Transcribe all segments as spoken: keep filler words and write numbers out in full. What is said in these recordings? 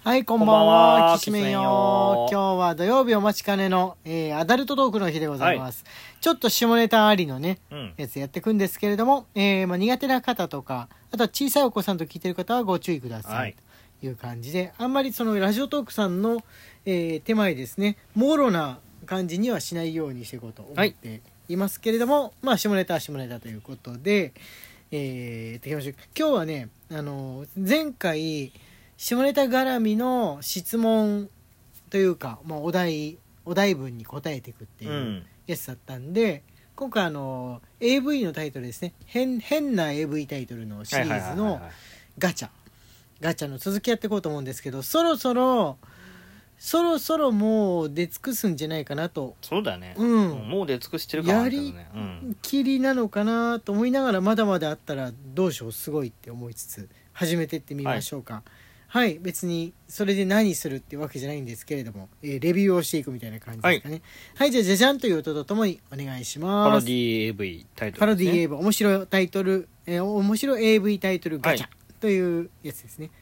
はい、こんばんこんばんは。 はきしめんきしめんよよ。 今日は土曜日お待ちかねの、えーアダルトトークの日でございます。ちょっと下ネタありのね、 うんやつやっていくんですけれども、えーまあ、苦手な方とか、あとは小さいお子さんと聞いてる方はご注意ください。 はいという感じで、あんまりそのラジオトークさんの、えー手前ですね、もろな感じにはしないようにしていこうと思っていますけれども、まあ、下ネタは下ネタということで、えー、やっていきましょう。今日はね、あの前回、下ネタ絡みの質問というか、まあ、お題お題文に答えていくってういうんやつだったんで、今回あの エーブイ のタイトルですね、変変な エーブイ タイトルのシリーズのはいはいはいはいはいガチャガチャの続きやっていこうと思うんですけど、そろそろそろそろもう出尽くすんじゃないかなと、 そうだね、 うんもう出尽くしてるかもやしれないりけどね、うん、 きりなのかなと思いながら、まだまだあったらどうしようすごいって思いつつ始めてってみましょうか。はいはい、別にそれで何するっていうわけじゃないんですけれども、えーレビューをしていくみたいな感じですかね。はい、はい、じゃあじゃじゃんという音とともにお願いします。 パロディ エーブイ タイトルですね。 パロディ エーブイ、面白いタイトル、えー、面白い エーブイ タイトルガチャというやつですね。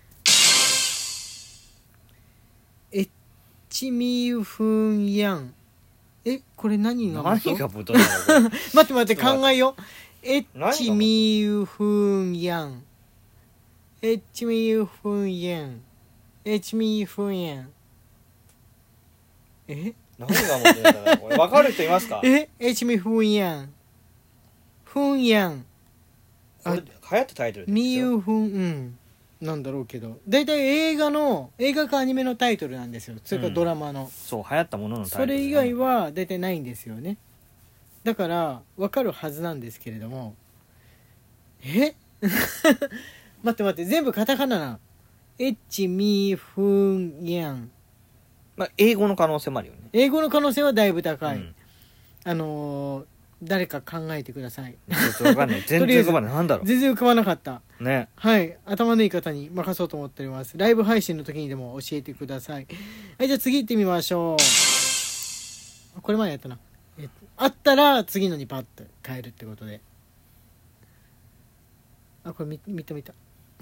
エッチミユフンヤン。え、これ何が何がブトなのこれ待って待って考えよう。エッチ何ミユフンヤン。エッチミユフンヤン。エッチミユフンヤン。え何がモデルだろうこれ分かる人いますか？ えエッチミフンヤン。フンヤン。 これ流行ったタイトルですよ。 ミユフン、うん。なんだろうけど。だいたい映画の、映画かアニメのタイトルなんですよ。それからドラマの。 そう流行ったもののタイトル、 それ以外はだいたいないんですよね。だから分かるはずなんですけれども、え待って待って、全部カタカナな。エッチミフンヤン。 まあ、英語の可能性もあるよね。 英語の可能性はだいぶ高い、 うん、 あのー、誰か考えてください。 ちょっと分かんない全然浮かばないなんだろ全然浮かばなかったうね。 はい、頭のいい方に任そうと思っております。ライブ配信の時にでも教えてください。はい、じゃあ次行ってみましょう。これ前やったな。えっと、あったら次のにパッと変えるってことで。あ、これ見見た見た。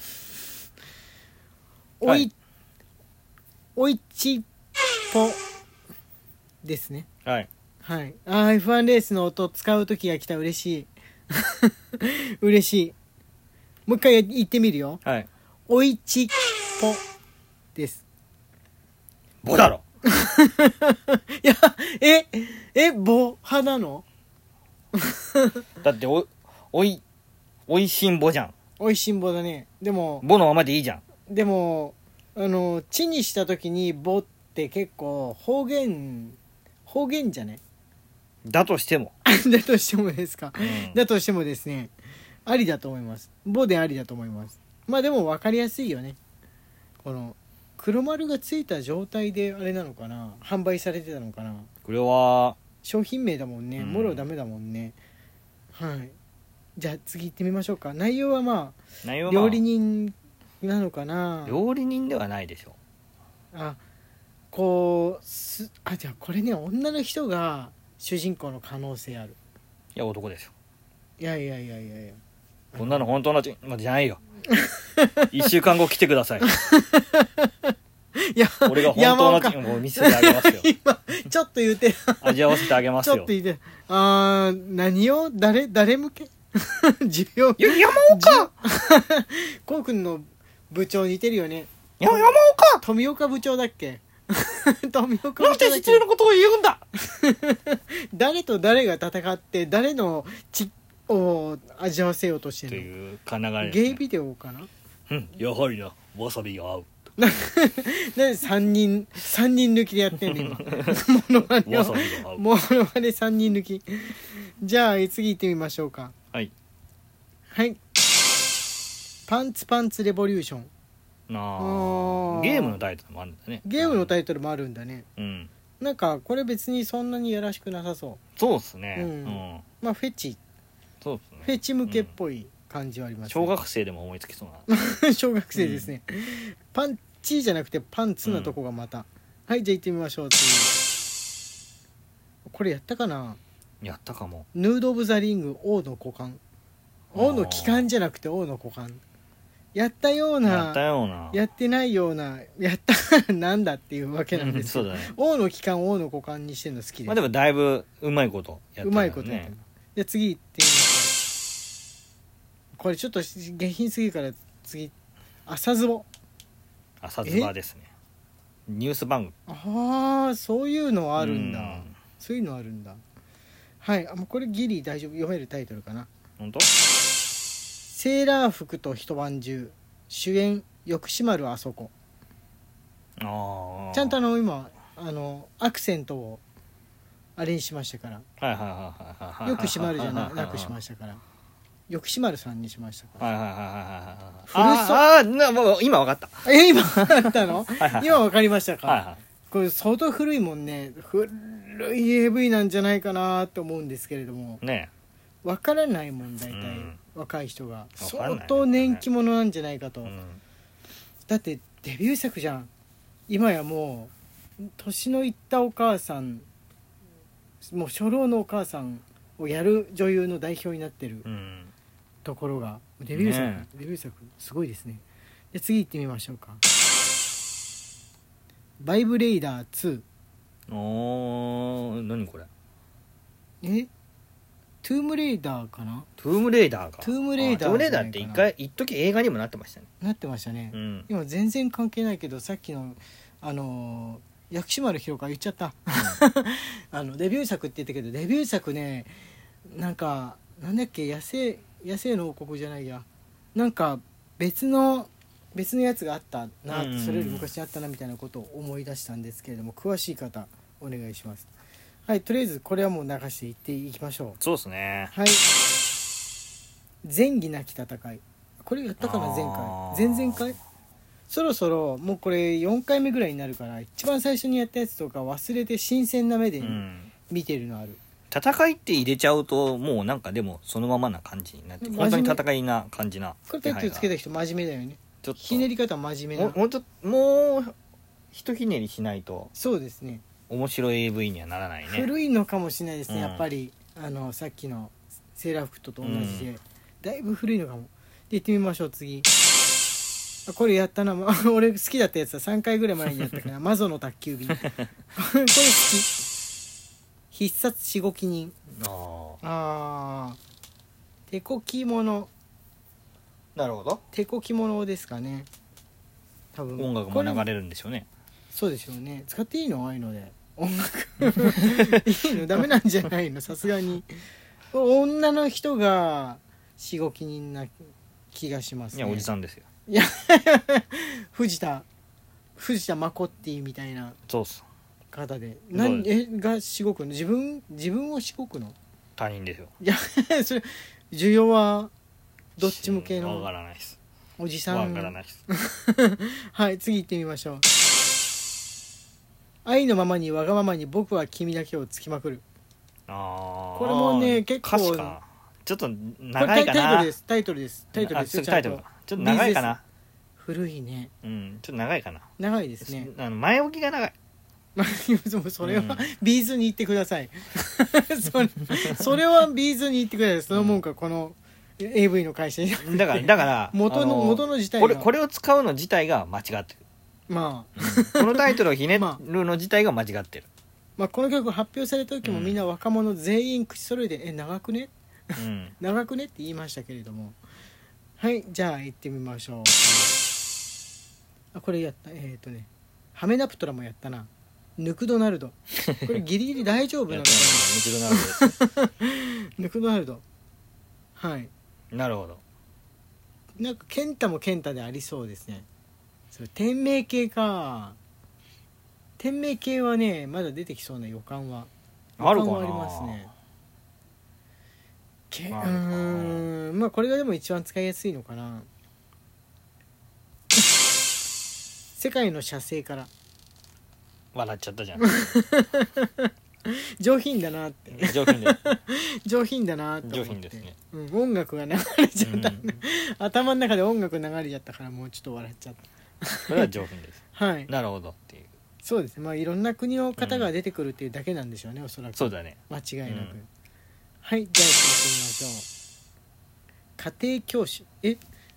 おい、 はい、 おいちぽですね。 はいはい。あー エフワン レースの音使う時が来た。嬉しい。嬉しい。もう一回言ってみるよ。 はいおいちぽです。 ボだろいや、え、え、ボ派なの？ だっておおいおいしんぼじゃん。 おいしんぼだね。でも、 ボのままでいいじゃん。 でも、あの、地にした時にボって結構方言、方言じゃね？ だとしても、 だとしてもですか。 うんだとしてもですね、ありだと思います。ボでありだと思います。まあでも分かりやすいよね。この、黒丸がついた状態であれなのかな、販売されてたのかな。 これは商品名だもんね。 うんもろダメだもんね。はい。じゃあ次行ってみましょうか。内容はまあ、 内容は、まあ、 料理人なのかな。 料理人ではないでしょあ、こうすあ、じゃあこれね、女の人が主人公の可能性ある。 いや男でしょ。 いやいやいやいやいや、 こんなの本当のち、まあ、じゃないよ一週間後来てくださいいや俺が本当のちもう見せてあげますよ今ちょっと言うて味わわせてあげますよ。 ちょっと言うて、あー、何を誰誰向け需要や山岡こうくんの部長似てるよね。 や山岡富岡部長だっけ富岡なんて部長だっけ。 失礼なことを言うんだ誰と誰が戦って誰の血を味わせようとしてとんの。 いうか流れですね。 ゲイビデオかな。 うんやはりなわさびが合うなんでさんにんさんにん抜きでやってんの今モノマネをわさびが合う。 モノマネさんにん抜き。じゃあ次行ってみましょうか。 はいはい、パンツパンツレボリューション。 なああーゲームのタイトルもあるんだね。 ゲームのタイイトルもあるんだね。 トルうんなんかこれ別にそんなにやらしくなさそそうっすねう、ううんん、 まあフェチそうっすね。 フェチ向けっぽい感じはあります、ね、 小学生でも思いつきそうな小学生ですね、パンチじゃなくてパンツなとこがまた、はいじゃあ行ってみましょう。次これやったかな。 やったかも。 ヌード・オブ・ザ・リング王の股間。王の機関じゃなくて王の股間。 やったようなやったようなやってないようなやったなんだっていうわけなんですけど、 うんそうだね王の帰還を王の股間にしてるの好きです、 まあでもだいぶうまいことやってるよねうまいことやってる。じゃあ次行ってみましょう。これちょっと下品すぎるから次朝ズボ。 朝ズバですね。ニュース番組。 ああそういうのあるんだ、 うんそういうのあるんだ。はい、あもうこれギリ大丈夫、読めるタイトルかな。 本当？ セーラー服と一晩中、主演薬師丸あそこ。 ああちゃんとあの今あのアクセントをあれにしましたから、 はいはいはいはいはいよくしまるじゃなくしましたから、よくしまるさんにしましたから。 はいはいはいはいはい古そうああなもう今わかったえ今あったのはいはい今わかりましたか、 はいはいこれ相当古いもんね。古い エーブイ なんじゃないかなと思うんですけれども、 ねわからないもん大体、 うん、 若い人がわかんないね相当年季物なんじゃないかと、 うん、 だってデビュー作じゃん。今やもう年のいったお母さん、もう初老のお母さんをやる女優の代表になってるうんところがデビュー作、 ねデビュー作すごいですね。で次行ってみましょうか。バイブレイダーツおー何これー、えトゥームレイダーかな。 トゥームレイダーかトゥームレイダートゥームレイダーって一回一時映画にもなってましたね。 なってましたね、 うん今全然関係ないけどさっきのあのー、薬師丸ひろか言っちゃったあのデビュー作って言ったけどデビュー作ね、なんかなんだっけ、野生野生の王国じゃないや、なんか別の別のやつがあったな、 うんそれより昔あったなみたいなことを思い出したんですけれども、詳しい方お願いします。はい、とりあえずこれはもう流していっていきましょう。 そうですね。 はい、前儀なき戦い、これやったかな、前あー回前々回。そろそろもうこれよんかいめぐらいになるから、一番最初にやったやつとか忘れて新鮮な目でうん見てるのある、 戦いって入れちゃうともうなんかでもそのままな感じになって真面目本当に戦いな感じなこれタイトルつけた人真面目だよね。 ちょっとひねり方真面目な。 ももうちょっともうひとひねりしないとそうですね、 面白い エーブイ にはならないね。 古いのかもしれないですね、 うんやっぱりあのさっきのセーラー服と同じで、 うんだいぶ古いのかも。で行ってみましょう次。あこれやったな俺好きだったやつはさんかいぐらい前にやったから魔女の宅急便これこれ好き。必殺しごき人、 ああー手こき物、 あなるほど。 手こき物ですかね多分。 音楽も流れるんでしょうね。 そうでしょうね。使っていいのああいうので音楽いいのダメなんじゃないの、さすがに女の人がしごき人な気がしますね。 いやおじさんですよ。 いや藤田藤田マコッティみたいなそうっす。 方で何えがしごくの、自分自分をしごくの。 他人ですよ。 いやそれ需要はどっち向けわのからないです。 おじさん。 わからないです。 はい次行ってみましょう。愛のままにわがままに僕は君だけをつきまくる。 ああこれもね結構歌詞かちょっとこれ長いかな。 タイトルですタイトルですタイトルですよ。 あタイトルかちょっと長いかな。 古いね、 うんちょっと長いかな。 長いですね。 あの前置きが長い。 まあそれはうんビーズに言ってくださいそれそれはビーズに言ってください。そのもんかこの エーブイ の会社にだからだから元のあ元の自体がこれこれを使うの自体が間違ってる。 まあこのタイトルをひねるの自体が間違ってる。 まあこの曲発表された時もうんみんな若者全員口揃えて、え長くねうん長くねって言いましたけれども。はいじゃあ行ってみましょう。あこれやったえっ、ー、とねハメナプトラもやったな。ヌクドナルドこれギリギリ大丈夫なのかやってますね。ミクドナルドですな。ヌクドナルドはいなるほど。 なんかケンタもケンタでありそうですね。それ天命系か。天命系はねまだ出てきそうな予感はあるかな。 予感はありますね。けうあるかなーんまあこれがでも一番使いやすいのかな。世界の写生から笑っちゃったじゃん。 上品だなって上品です。 上品だなって思って上品ですね、 うん、音楽が流れちゃった、 うん頭の中で音楽流れちゃったからもうちょっと笑っちゃっこれは上品です。 た。はいなるほどっていう。 そうですね。まあいろんな国の方が出てくるっていうだけなんでしょうね、おそらく。 そうだね。 間違いなく、 うんはいじゃあ続いてみましょう。家庭教師え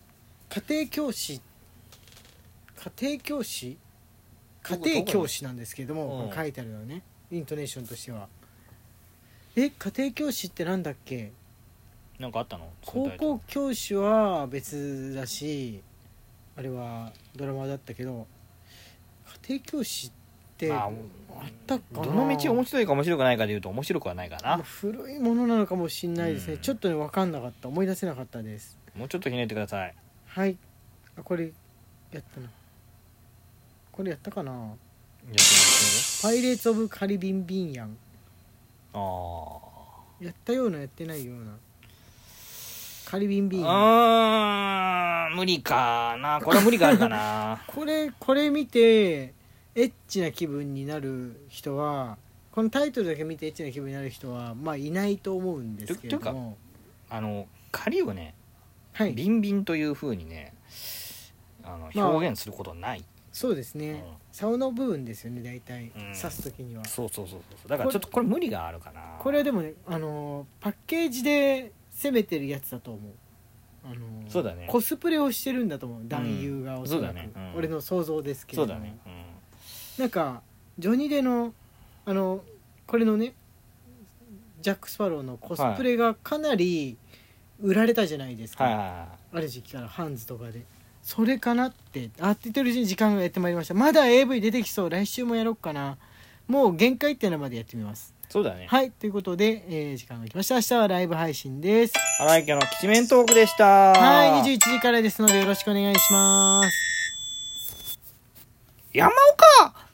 家庭教師家庭教師家庭教師なんですけども、 うん、 書いてあるのはねイントネーションとしてはえ家庭教師ってなんだっけ。 なんかあったの。 高校教師は別だしあれはドラマだったけど家庭教師ってあったかな。 どの道面白いか面白くないかでいうと面白くはないかな。 古いものなのかもしれないですね、 うん、 ちょっとね分かんなかった思い出せなかったです。 もうちょっとひねってください。 はい。あこれやったなこれやったかな。やってますパイレーツ・オブ・カリビン・ビンヤン。 あやったようなやってないようなカリビン・ビンヤン。 あー無理かな。これは無理があるかなこれこれ見てエッチな気分になる人はこのタイトルだけ見てエッチな気分になる人はまあいないと思うんですけれども、 あの仮をね、 はい、 ビンビンという風にねあの表現することない、まあ、 そうですね、うん、竿の部分ですよね大体、 うん、 刺す時には。 そうそうそうそうだからちょっとこれ無理があるかな。 これはでもねあのパッケージで攻めてるやつだと思う。あのそうだねコスプレをしてるんだと思う男優がおそらく、うん、そうだね、うん、俺の想像ですけれども。 そうだね、 うん、なんかジョニデのあのこれのねジャック・スパローのコスプレがかなり売られたじゃないですか、 はいはいはいはい、 ある時期からハンズとかでそれかなってあって言ってるうちに時間がやってまいりました。まだ エーブイ 出てきそう。来週もやろうかな。もう限界っていうのまでやってみます。 そうだね。 はいということで、えー、時間が来ました。明日はライブ配信です。 荒井家のきちめんトークでした。 はいにじゅういちじからですのでよろしくお願いします。 山岡